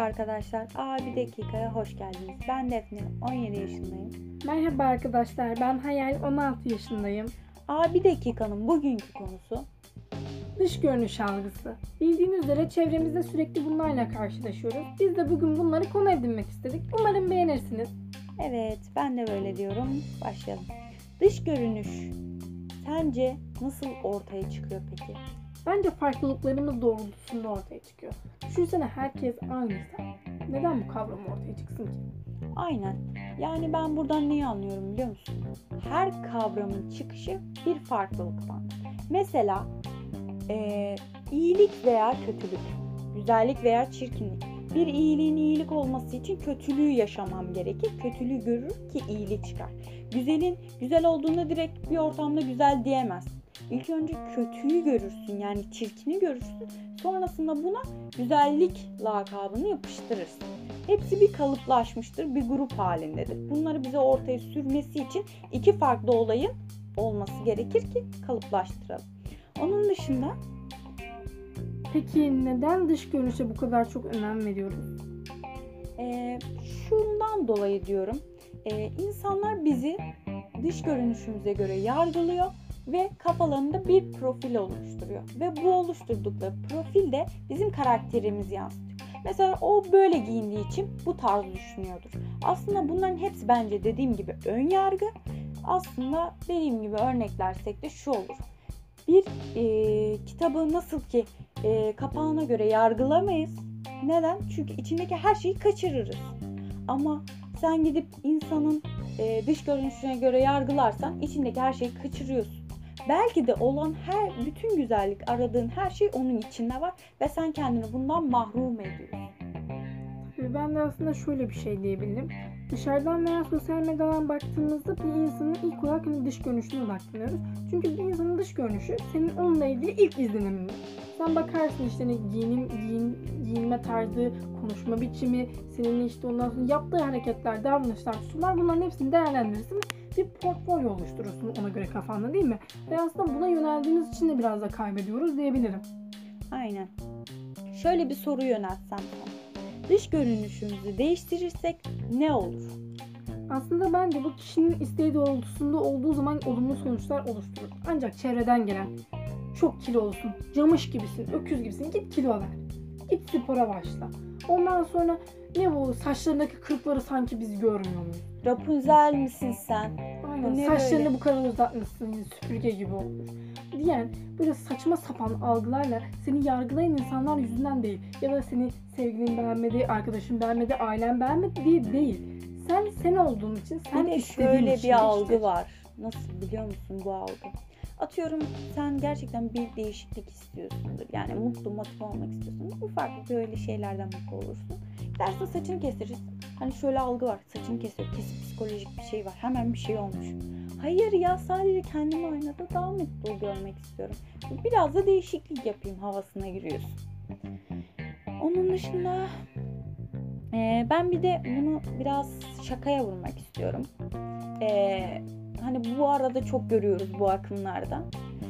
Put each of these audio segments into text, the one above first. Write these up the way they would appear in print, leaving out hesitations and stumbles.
arkadaşlar. Bir dakikaya hoş geldiniz. Ben Defne, 17 yaşındayım. Merhaba arkadaşlar, ben Hayal, 16 yaşındayım. Bir dakikanın bugünkü konusu Dış görünüş algısı. Bildiğiniz üzere çevremizde sürekli bunlarla karşılaşıyoruz. Biz de bugün bunları konu edinmek istedik. Umarım beğenirsiniz. Evet, ben de böyle diyorum. Başlayalım. Dış görünüş sence nasıl ortaya çıkıyor peki? Bence farklılıklarımız doğrultusunda ortaya çıkıyor. Düşünsene herkes aynıysa. Neden bu kavram ortaya çıksın ki? Aynen. Yani ben buradan neyi anlıyorum biliyor musun? Her kavramın çıkışı bir farklılıktan. Mesela iyilik veya kötülük, güzellik veya çirkinlik. Bir iyiliğin iyilik olması için kötülüğü yaşamam gerekir. Kötülüğü görür ki iyiliği çıkar. Güzelin güzel olduğunda direkt bir ortamda güzel diyemezsin. İlk önce kötüyü görürsün, yani çirkini görürsün. Sonrasında buna güzellik lakabını yapıştırırsın. Hepsi bir kalıplaşmıştır, bir grup halindedir. Bunları bize ortaya sürmesi için iki farklı olayın olması gerekir ki kalıplaştıralım. Onun dışında Peki neden dış görünüşe bu kadar çok önem veriyoruz? Şundan dolayı diyorum. İnsanlar bizi dış görünüşümüze göre yargılıyor ve kafalarında bir profil oluşturuyor. Ve bu oluşturdukları profil de bizim karakterimizi yansıtıyor. Mesela o böyle giyindiği için bu tarz düşünüyordur. Aslında bunların hepsi bence dediğim gibi ön yargı. Aslında dediğim gibi örneklersek de şu olur. Bir kitabı nasıl ki kapağına göre yargılamayız. Neden? Çünkü içindeki her şeyi kaçırırız. Ama sen gidip insanın dış görünüşüne göre yargılarsan içindeki her şeyi kaçırıyorsun. Belki de olan bütün güzellik, aradığın her şey onun içinde var ve sen kendini bundan mahrum ediyorsun. Ben de aslında şöyle bir şey diyebilirim. Dışarıdan veya sosyal medyadan baktığımızda bir insanın ilk olarak dış görünüşüne odaklanıyoruz. Çünkü bir insanın dış görünüşü senin onunla ilgili ilk izlenimin. Sen bakarsın işte giyinme tarzı, konuşma biçimi, senin işte ondan sonra yaptığı hareketler, davranışlar, tutumlar, bunların hepsini değerlendirirsin ve bir portfolyo oluşturursun ona göre kafanda, değil mi? Ve aslında buna yöneldiğimiz için de biraz da kaybediyoruz diyebilirim. Aynen. Şöyle bir soru yöneltsem sana. Dış görünüşümüzü değiştirirsek ne olur? Aslında bence bu kişinin isteği doğrultusunda olduğu zaman olumlu sonuçlar oluşturur. Ancak çevreden gelen çok kilolusun, camış gibisin, öküz gibisin, git kilo ver. Git spora başla. Ondan sonra ne bu saçlarındaki kırıkları sanki biz görmüyor muyuz? Rapunzel misin sen? Aynen, saçlarını bu kadar uzatmışsın, süpürge gibi olmuş diyen böyle saçma sapan algılarla seni yargılayan insanlar yüzünden değil. Ya da seni sevgilin beğenmedi, arkadaşın beğenmedi, ailen beğenmedi diye değil. Sen olduğun için, sen bir de istediğin şöyle için bir algı işte. var. Nasıl biliyor musun bu algı? Atıyorum sen gerçekten bir değişiklik istiyorsundur. Yani mutlu, motive olmak istiyorsun. Ufak böyle şeylerden mutlu olursun. Dersin saçını kestirirsin. Hani şöyle algı var. Saçını kesiyor. Kesin psikolojik bir şey var. Hemen bir şey olmuş. Hayır ya, sadece kendimi aynada daha mutlu görmek istiyorum. Biraz da değişiklik yapayım havasına giriyorsun. Onun dışında ben bir de bunu biraz şakaya vurmak istiyorum. Hani bu arada çok görüyoruz bu akımlarda.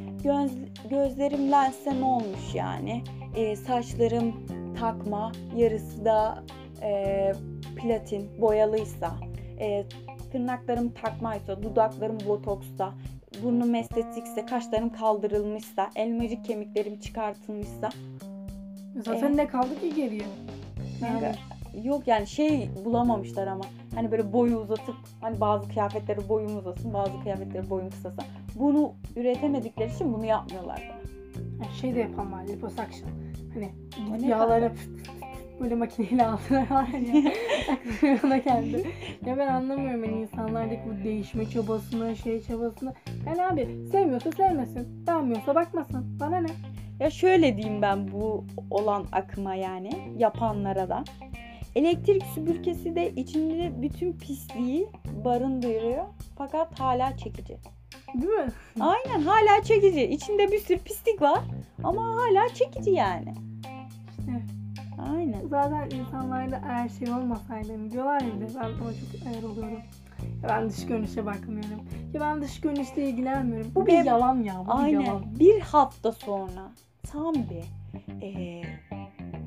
Gözlerim lense ne olmuş yani? Saçlarım takma, yarısı da platin, boyalıysa, tırnaklarım takmaysa, dudaklarım botoksta, burnum estetikse, kaşlarım kaldırılmışsa, elmacık kemiklerim çıkartılmışsa. Zaten ne kaldı ki geriye? Yani. Yok yani bulamamışlar ama hani böyle boyu uzatıp, hani bazı kıyafetleri boyum uzasın, bazı kıyafetleri boyum kısasın. Bunu üretemedikleri için bunu yapmıyorlar da. Yani de yapan var, liposuction. Hani O yağları böyle makineyle aldılar ya. Aklıma ona geldi. Ya ben anlamıyorum yani insanlardaki bu değişme çabasını, çabasını. Yani abi sevmiyorsa sevmesin, beğenmiyorsa bakmasın. Bana ne? Ya şöyle diyeyim ben bu olan akıma, yani yapanlara da. Elektrik süpürgesi de içinde bütün pisliği barındırıyor fakat hala çekici. Değil mi? Aynen, hala çekici. İçinde bir sürü pislik var ama hala çekici yani. İşte. Aynen. Zaten insanlarda eğer olmasaydı diyorlar ya, ben ona çok ayar oluyorum. Ya ben dış görünüşe bakmıyorum. Ya ben dış görünüşle ilgilenmiyorum. Bu bir yalan ya. Bu aynen. bir yalan. Bir hafta sonra tam bir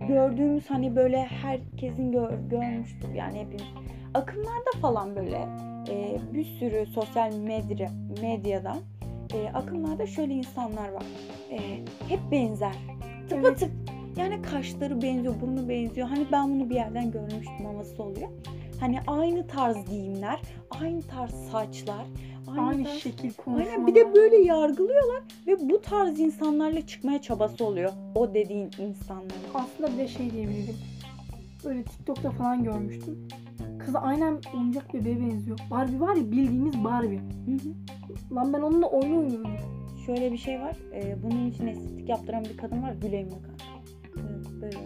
gördüğümüz hani böyle herkesin görmüştür yani hepimiz. Akımlarda falan böyle bir sürü sosyal medyadan akımlarda şöyle insanlar var. Hep benzer. Tıpatıp. Yani kaşları benziyor, burnu benziyor. Hani ben bunu bir yerden görmüştüm havası oluyor. Hani aynı tarz giyimler, aynı tarz saçlar, Aynı tarz, şekil konuşmalar. aynen bir de böyle yargılıyorlar ve bu tarz insanlarla çıkmaya çabası oluyor. O dediğin insanların. Aslında bir de şey diyebilirim. Böyle TikTok'ta falan görmüştüm. Kız aynen oyuncak bebeğe benziyor. Barbie var ya, bildiğimiz Barbie. Lan ben onunla oyun oynuyorum. Şöyle bir şey var. Bunun için estetik yaptıran bir kadın var. Güleyim kanka. Böyle.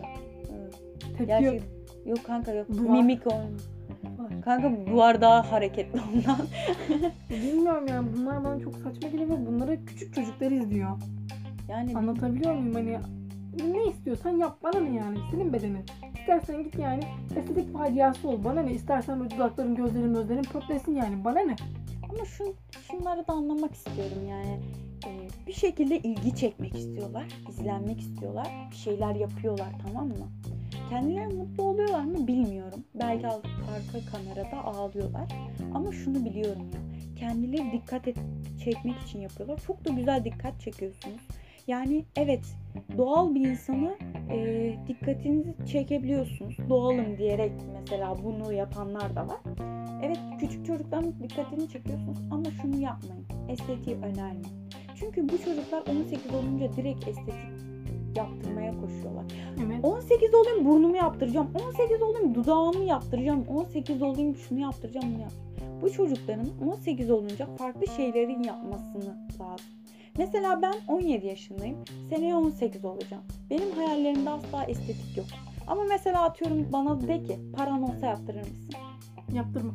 Tepki yok kanka yok. Duvar. Mimik oyun. Kanka duvar daha hareketli ondan. Bilmiyorum yani, bunlar bana çok saçma geliyor ve bunları küçük çocuklar izliyor. Yani anlatabiliyor muyum? Hani ne istiyorsan yap, bana ne yani, senin bedenin. İstersen git yani estetik faciası ol, bana ne. İstersen böyle dudakların, gözlerin pörtlesin yani, bana ne. Ama şunları da anlamak istiyorum yani. Bir şekilde ilgi çekmek istiyorlar, izlenmek istiyorlar, bir şeyler yapıyorlar, tamam mı? Kendileri mutlu oluyorlar mı bilmiyorum. Belki arka kamerada ağlıyorlar. Ama şunu biliyorum ya. Kendileri çekmek için yapıyorlar. Çok da güzel dikkat çekiyorsunuz. Yani evet, doğal bir insanı dikkatinizi çekebiliyorsunuz. Doğalım diyerek mesela bunu yapanlar da var. Evet, küçük çocukların dikkatini çekiyorsunuz ama şunu yapmayın. Estetiği önermeyin. Çünkü bu çocuklar 18 olunca direkt estetik yaptırmaya koşuyorlar. Evet. 18 olayım burnumu yaptıracağım. 18 olayım dudağımı yaptıracağım. 18 olayım şunu yaptıracağım, bunu yaptıracağım. Bu çocukların 18 olunca farklı şeylerin yapmasını lazım. Mesela ben 17 yaşındayım. Seneye 18 olacağım. Benim hayallerimde asla estetik yok. Ama mesela atıyorum bana de ki paran olsa yaptırır mısın? Yaptırma.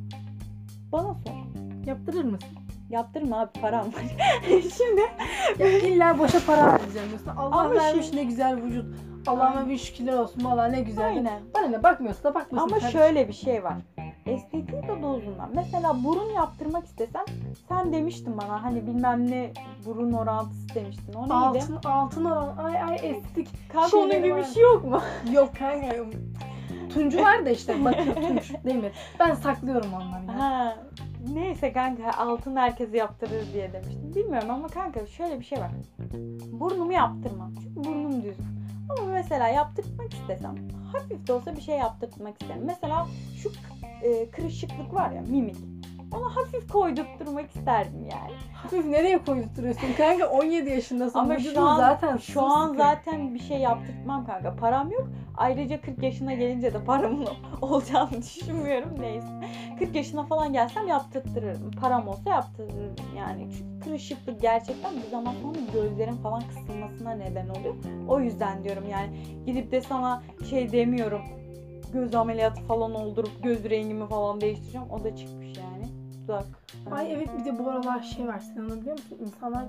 Bana sor. Yaptırır mısın? Yaptırma abi, param var. Şimdi Ya illa boşa para harcayacağım diyorsun. Allah Ama vermiş ne güzel vücut. Allah'ıma bir şükürler olsun. Valla ne güzel. Aynen. Bana ne, bakmıyorsa da bakmasın. Ama kardeşim. şöyle bir şey var. Estetiği de dozundan. Mesela burun yaptırmak istesen sen demiştin bana hani bilmem ne burun orantısı demiştin. O neydi? Altın oran. Ay estetik. Kanka onun gibi var. bir şey yok mu? Yok kanka. Tuncu var da işte. Bakın tunç değil mi? Ben saklıyorum onları ya. Ha. Neyse kanka, altın herkes yaptırır diye demiştim. Bilmiyorum ama kanka şöyle bir şey var. Burnumu yaptırmam. Çünkü burnum düz. Ama mesela yaptırmak istesem hafif de olsa bir şey yaptırmak isterim. Mesela şu kırışıklık var ya, mimik. Onu hafif koydurtturmak isterdim yani. Hafif nereye koydurtuyorsun kanka? 17 yaşındasın. Ama Vücudun şu an sıkı. zaten bir şey yaptırtmam kanka. Param yok. Ayrıca 40 yaşına gelince de paramın olacağını düşünmüyorum. Neyse. 40 yaşına falan gelsem yaptırtırırım. Param olsa yaptırırım yani. Çünkü kırışıklık gerçekten bir zaman sonra gözlerin falan kısılmasına neden oluyor. O yüzden diyorum yani, gidip de sana şey demiyorum. Göz ameliyatı falan oldurup göz rengimi falan değiştireceğim. O da çıkmış yani. Dudak. Ay evet, bir de bu aralar şey var, sen onu biliyor musun? İnsanlar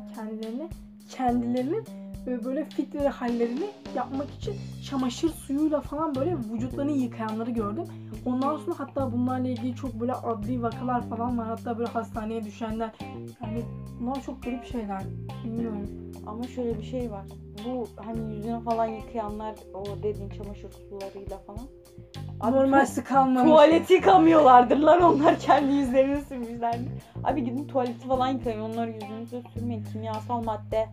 kendilerinin böyle fit ve hallerini yapmak için çamaşır suyuyla falan böyle vücutlarını yıkayanları gördüm. Ondan sonra hatta bunlarla ilgili çok böyle adli vakalar falan var. Hatta böyle hastaneye düşenler. Yani bunlar çok garip şeyler. Bilmiyorum. Ama şöyle bir şey var. Bu hani yüzünü falan yıkayanlar o dediğin çamaşır sularıyla falan. Abi Normal sıkalmamış. tuvaleti yıkamıyorlardır lan, onlar kendi yüzlerini sürmüşlerdir. Abi gidin tuvaleti falan yıkayın, onları yüzünüze sürmeyin, kimyasal madde.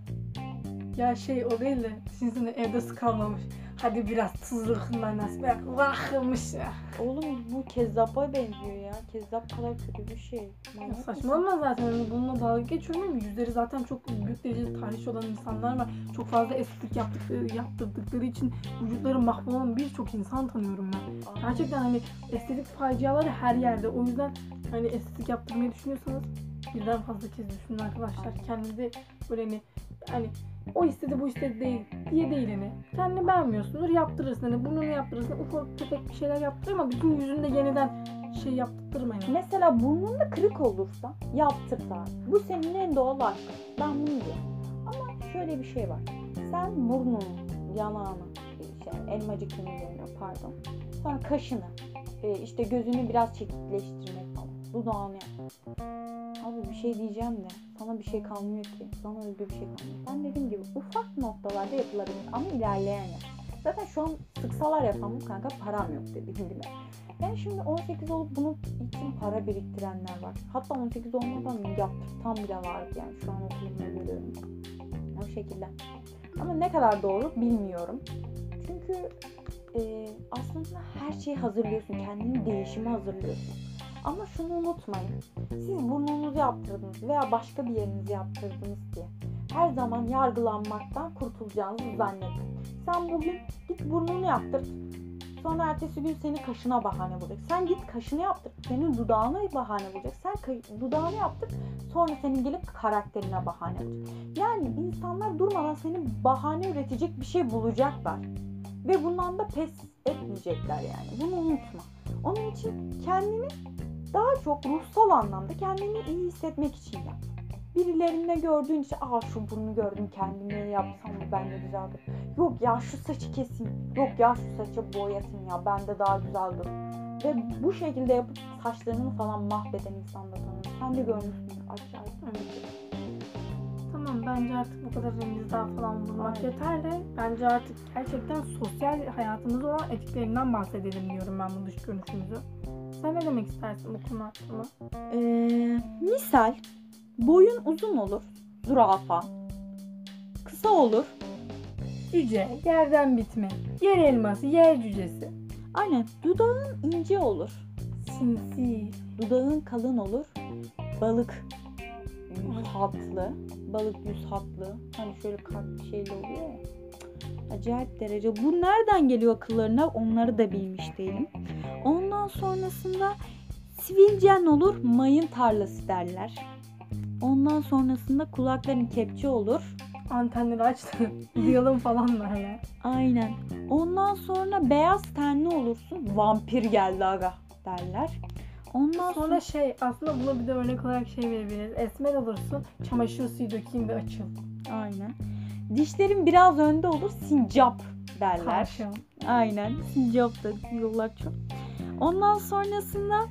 Ya şey, o değil de düşünsene evde sıkalmamış. Hadi biraz tuzluğundan nasıl bırakılmış ya. Oğlum bu kezzapa benziyor ya. Kezzap kadar kötü bir şey. Ya saçmalama zaten, hani bununla dalga geçiyorum. Yüzleri zaten çok büyük derecede tahriş olan insanlar var. Çok fazla estetik yaptırdıkları için vücutları mahvolan birçok insan tanıyorum ben. Gerçekten hani estetik faciaları her yerde. O yüzden hani estetik yaptırmayı düşünüyorsanız birden fazla kez düşünün arkadaşlar. Kendinizi böyle hani o istedi bu istedi değil diye değil hani. Kendini beğenmiyorsundur, yaptırırsın. Hani burnunu yaptırırsın, ufak tefek bir şeyler yaptır ama bütün yüzünde yeniden şey yaptırma yani. Mesela burnunda kırık olursa yaptırtar. Bu senin en doğal hakkın. Ben bunu diyorum. Ama şöyle bir şey var. Sen burnunu, yanağını, elmacık kemiklerini pardon. Sonra kaşını, işte gözünü biraz çekikleştirmek falan. Dudağını yap. Abi bir şey diyeceğim de sana bir şey kalmıyor ki. Sana özgü bir şey kalmıyor. Ben dediğim gibi ufak noktalarda yapılabilir ama ilerleyen yer. Zaten şu an sıksalar yapamam kanka, param yok dediğim gibi. Yani şimdi 18 olup bunun için para biriktirenler var. Hatta 18 olmadan yaptırtan bile vardı yani, şu an okulumda görüyorum. O şekilde. Ama ne kadar doğru bilmiyorum. Çünkü aslında her şeyi hazırlıyorsun. Kendini değişime hazırlıyorsun. Ama şunu unutmayın. Siz burnunuzu yaptırdınız veya başka bir yerinizi yaptırdınız diye her zaman yargılanmaktan kurtulacağınızı zannedin. Sen bugün git burnunu yaptır. Sonra ertesi gün seni kaşına bahane bulacak. Sen git kaşını yaptır. Senin dudağına bahane bulacak. Sen dudağını yaptır. Sonra senin gelip karakterine bahane bulacak. Yani insanlar durmadan senin bahane üretecek bir şey bulacaklar. Ve bundan da pes etmeyecekler yani. Bunu unutma. Onun için kendini daha çok ruhsal anlamda kendini iyi hissetmek için yap. Birilerinde gördüğün işte şu burnu gördüm, kendime yapsam mı ben de güzel olur. Yok ya şu saçı keseyim. Yok ya şu saçı boyatayım ya ben de daha güzel olur. Ve bu şekilde yapıp saçlarını falan mahveden insanlar tanıyorum. Sen de görmüşsündür acayip. Tamam, bence artık bu kadar daha falan bulmak yeter de bence artık gerçekten sosyal hayatımızda olan etkilerinden bahsedelim diyorum ben bu dış görünüşümüzü. Sen ne demek istersin bu konu hakkında? Misal boyun uzun olur, zürafa. Kısa olur, Cüce, yerden bitme, yer elması, yer cücesi. aynen. Dudağın ince olur, Sinsi. dudağın kalın olur, balık yüz hatlı. Balık yüz hatlı. Hani şöyle kalp şeyli oluyor ya. Acayip derece. Bu nereden geliyor akıllarına onları da bilmiş değilim. Ondan sonrasında sivilcen olur, mayın tarlası derler. Ondan sonrasında kulakların kepçe olur. Antenleri açtı. Duyalım falan böyle. Aynen. Ondan sonra beyaz tenli olursun. Vampir geldi aga derler. Ondan Sonra aslında buna bir de örnek olarak verebiliriz. Esmer olursun, çamaşır suyu dökeyim de açıl. aynen. Dişlerin biraz önde olur. Sincap derler. Karşı. Aynen. Sincap da diyorlar çok. Ondan sonrasında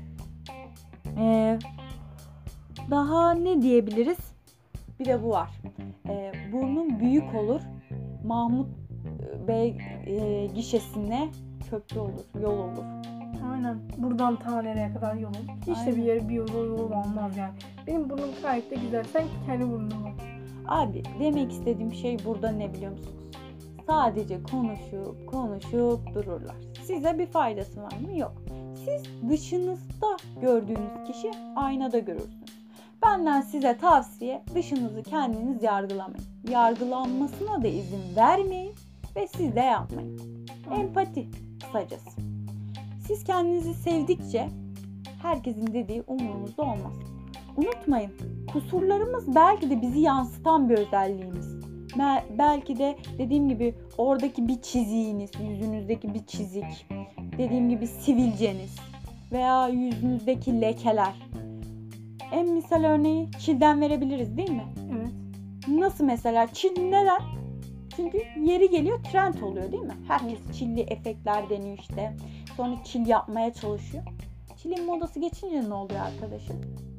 daha ne diyebiliriz? Bir de bu var. Burnun büyük olur. Mahmut Bey gişesine köprü olur, yol olur. Aynen. Buradan ta nereye kadar yolum. Hiç de bir yere bir yol olmaz yani. Benim burnum gayet de güzel. Sen kendi burnuna bak. Abi demek istediğim şey burada ne biliyor musunuz? Sadece konuşup dururlar. Size bir faydası var mı? Yok. Siz dışınızda gördüğünüz kişi aynada görürsünüz. Benden size tavsiye, dışınızı kendiniz yargılamayın. Yargılanmasına da izin vermeyin ve siz de yapmayın. Empati kısacası. Siz kendinizi sevdikçe herkesin dediği umurunuzda olmaz. Unutmayın, kusurlarımız belki de bizi yansıtan bir özelliğimiz. Belki de dediğim gibi oradaki bir çiziğiniz, yüzünüzdeki bir çizik, dediğim gibi sivilceniz veya yüzünüzdeki lekeler. En misal örneği çilden verebiliriz değil mi? Evet. Nasıl mesela? Çil neden? Çünkü yeri geliyor trend oluyor değil mi? Herkes çilli efektler deniyor işte. Sonra çil yapmaya çalışıyor. Çilin modası geçince ne oluyor arkadaşım?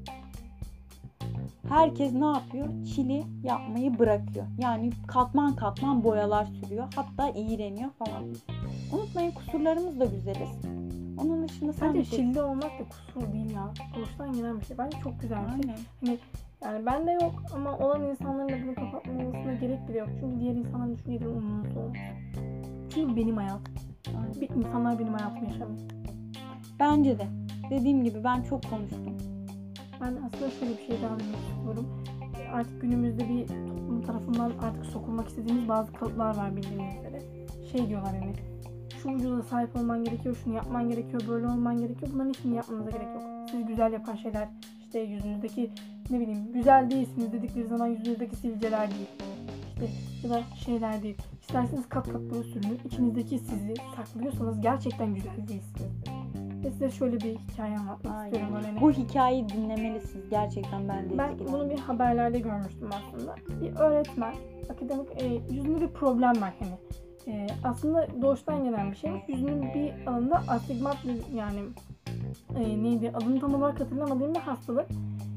Herkes ne yapıyor? Çili yapmayı bırakıyor. Yani katman katman boyalar sürüyor. Hatta iğreniyor falan. Unutmayın kusurlarımız da güzeliz. Onun dışında sen Bence çilde olmak da kusur değil ya. Doğuştan gelen bir şey. Bence çok güzel bir şey. Aynen. Yani bende yok ama olan insanların da bunu kapatmamasına gerek bile yok. Çünkü diğer insanların düşünceleri umurumda olmaz. Çünkü benim hayatım. İnsanlar benim hayatımı yaşamıyor. Bence de. Dediğim gibi ben çok konuştum. Ben aslında şöyle bir şey daha demek istiyorum. Artık günümüzde bir toplum tarafından artık sokulmak istediğimiz bazı kalıplar var bildiğiniz üzere. Diyorlar yani. Şu vücuda sahip olman gerekiyor, şunu yapman gerekiyor, böyle olman gerekiyor. Bunların hiçbirini yapmanıza gerek yok. Siz güzel yapan şeyler, işte yüzünüzdeki güzel değilsiniz dedikleri zaman yüzünüzdeki sivilceler değil. İşte ya da şeyler değil. İsterseniz kat kat böyle sürünün. İçinizdeki sizi saklıyorsanız gerçekten güzel değilsiniz. Ve size şöyle bir hikaye anlatmak istiyorum. Öyle. Bu hikayeyi dinlemelisiniz. Gerçekten ben de Ben bunu bir haberlerde görmüştüm aslında. Bir öğretmen, akademik yüzünde bir problem var hani. Aslında doğuştan gelen bir şeymiş. Yüzünün bir alanında astigmat yani adını tam olarak hatırlamadığım bir hastalık.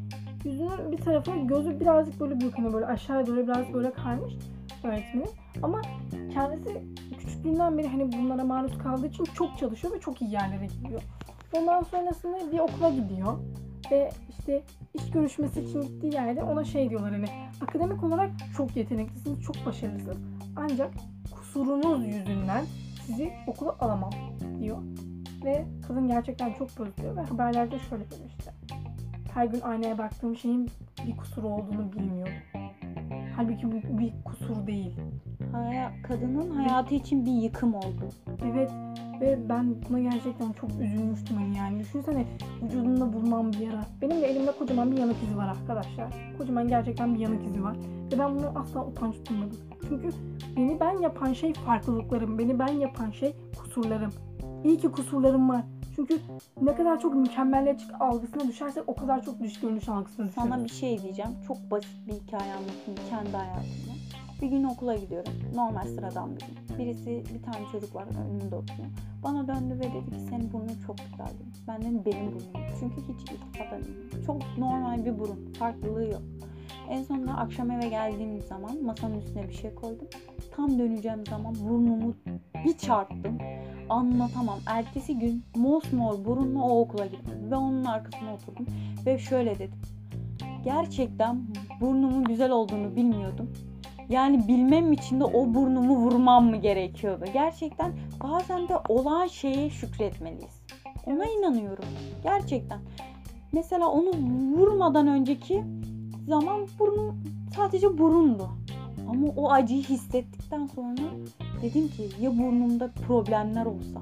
yüzünün bir tarafı, gözü birazcık böyle büyük, hani böyle aşağıya doğru biraz böyle kaymış öğretmenin. Ama kendisi küçüklüğünden beri hani bunlara maruz kaldığı için çok çalışıyor ve çok iyi yerlere gidiyor. Ondan sonrasında bir okula gidiyor ve işte iş görüşmesi için gittiği yerde ona şey diyorlar, hani akademik olarak çok yeteneklisiniz, çok başarılısınız. Ancak kusurunuz yüzünden sizi okula alamam diyor. Ve kadın gerçekten çok bozuluyor ve haberlerde şöyle demişti: her gün aynaya baktığım şeyin bir kusuru olduğunu bilmiyorum. Halbuki bu bir kusur değil. Kadının hayatı için bir yıkım oldu. Evet, ve ben buna gerçekten çok üzülmüştüm hani yani. Düşünsene, vücudunda bulunan bir yara. Benim de elimde kocaman bir yanık izi var arkadaşlar. Kocaman gerçekten bir yanık izi var. Ve ben bunu asla utanç duymadım. Çünkü beni ben yapan şey farklılıklarım. Beni ben yapan şey kusurlarım. İyi ki kusurlarım var. Çünkü ne kadar çok mükemmeliyetçi algısına düşersek o kadar çok dış görünüş algısına düşeriz. Sana bir şey diyeceğim. Çok basit bir hikaye anlatayım kendi hayatımda. Bir gün okula gidiyorum. Normal sıradan bir gün. Birisi, bir tane çocuk var önümde oturuyor. Bana döndü ve dedi ki senin burnun çok güzel dedi. Ben dedim benim burnum. Çünkü hiç iltifat edilmiyor. Çok normal bir burun. Farklılığı yok. En sonunda akşam eve geldiğim zaman masanın üstüne bir şey koydum. Tam döneceğim zaman burnumu bir çarptım. Anlatamam. Ertesi gün mosmor burunla o okula gittim. Ve onun arkasına oturdum. Ve şöyle dedim. Gerçekten burnumun güzel olduğunu bilmiyordum. Yani bilmem için de o burnumu vurmam mı gerekiyordu? Gerçekten bazen de olan şeye şükretmeliyiz. Ona inanıyorum. Gerçekten. Mesela onu vurmadan önceki zaman burnum sadece burundu. Ama o acıyı hissettikten sonra dedim ki ya burnumda problemler olsa?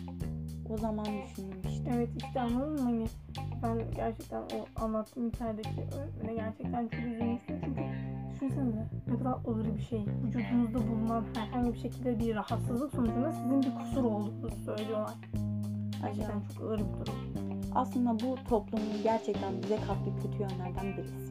O zaman düşündüm işte. Evet, işte anladın mı? Hani ben gerçekten o anlattığım hikayedeki öğretmene gerçekten çok üzülmüştüm. Çünkü düşünsenize ne kadar ağır bir şey. Vücudunuzda bulunan herhangi bir şekilde bir rahatsızlık sonucunda sizin bir kusur olduğunuzu söylüyorlar. Gerçekten çok ağır bir durum. Aslında bu toplumun gerçekten bize kattığı kötü yönlerden birisi.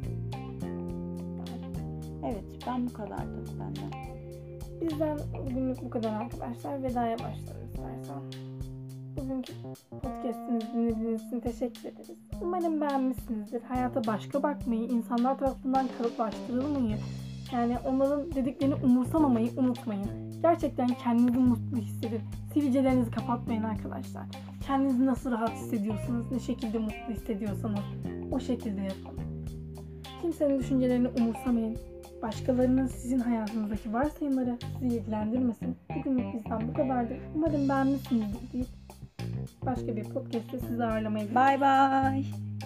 Evet, ben bu kadardı benden. Bizden bugünlük bu kadar arkadaşlar. Vedaya başlarız istersen. Bugünkü podcast'imizi dinlediğiniz için teşekkür ederiz. Umarım beğenmişsinizdir. Hayata başka bakmayı, insanlar tarafından kalıplaştırılmayı, yani onların dediklerini umursamamayı unutmayın. Gerçekten kendinizi mutlu hissedin. Sivilcelerinizi kapatmayın arkadaşlar. Kendinizi nasıl rahat hissediyorsanız, ne şekilde mutlu hissediyorsanız o şekilde yapın. Kimsenin düşüncelerini umursamayın. Başkalarının sizin hayatınızdaki varsayımları sizi ilgilendirmesin. Bugünlük bizden bu kadardı. Umarım beğenmişsinizdir deyip başka bir podcast'te sizi ağırlamaya Bye bye.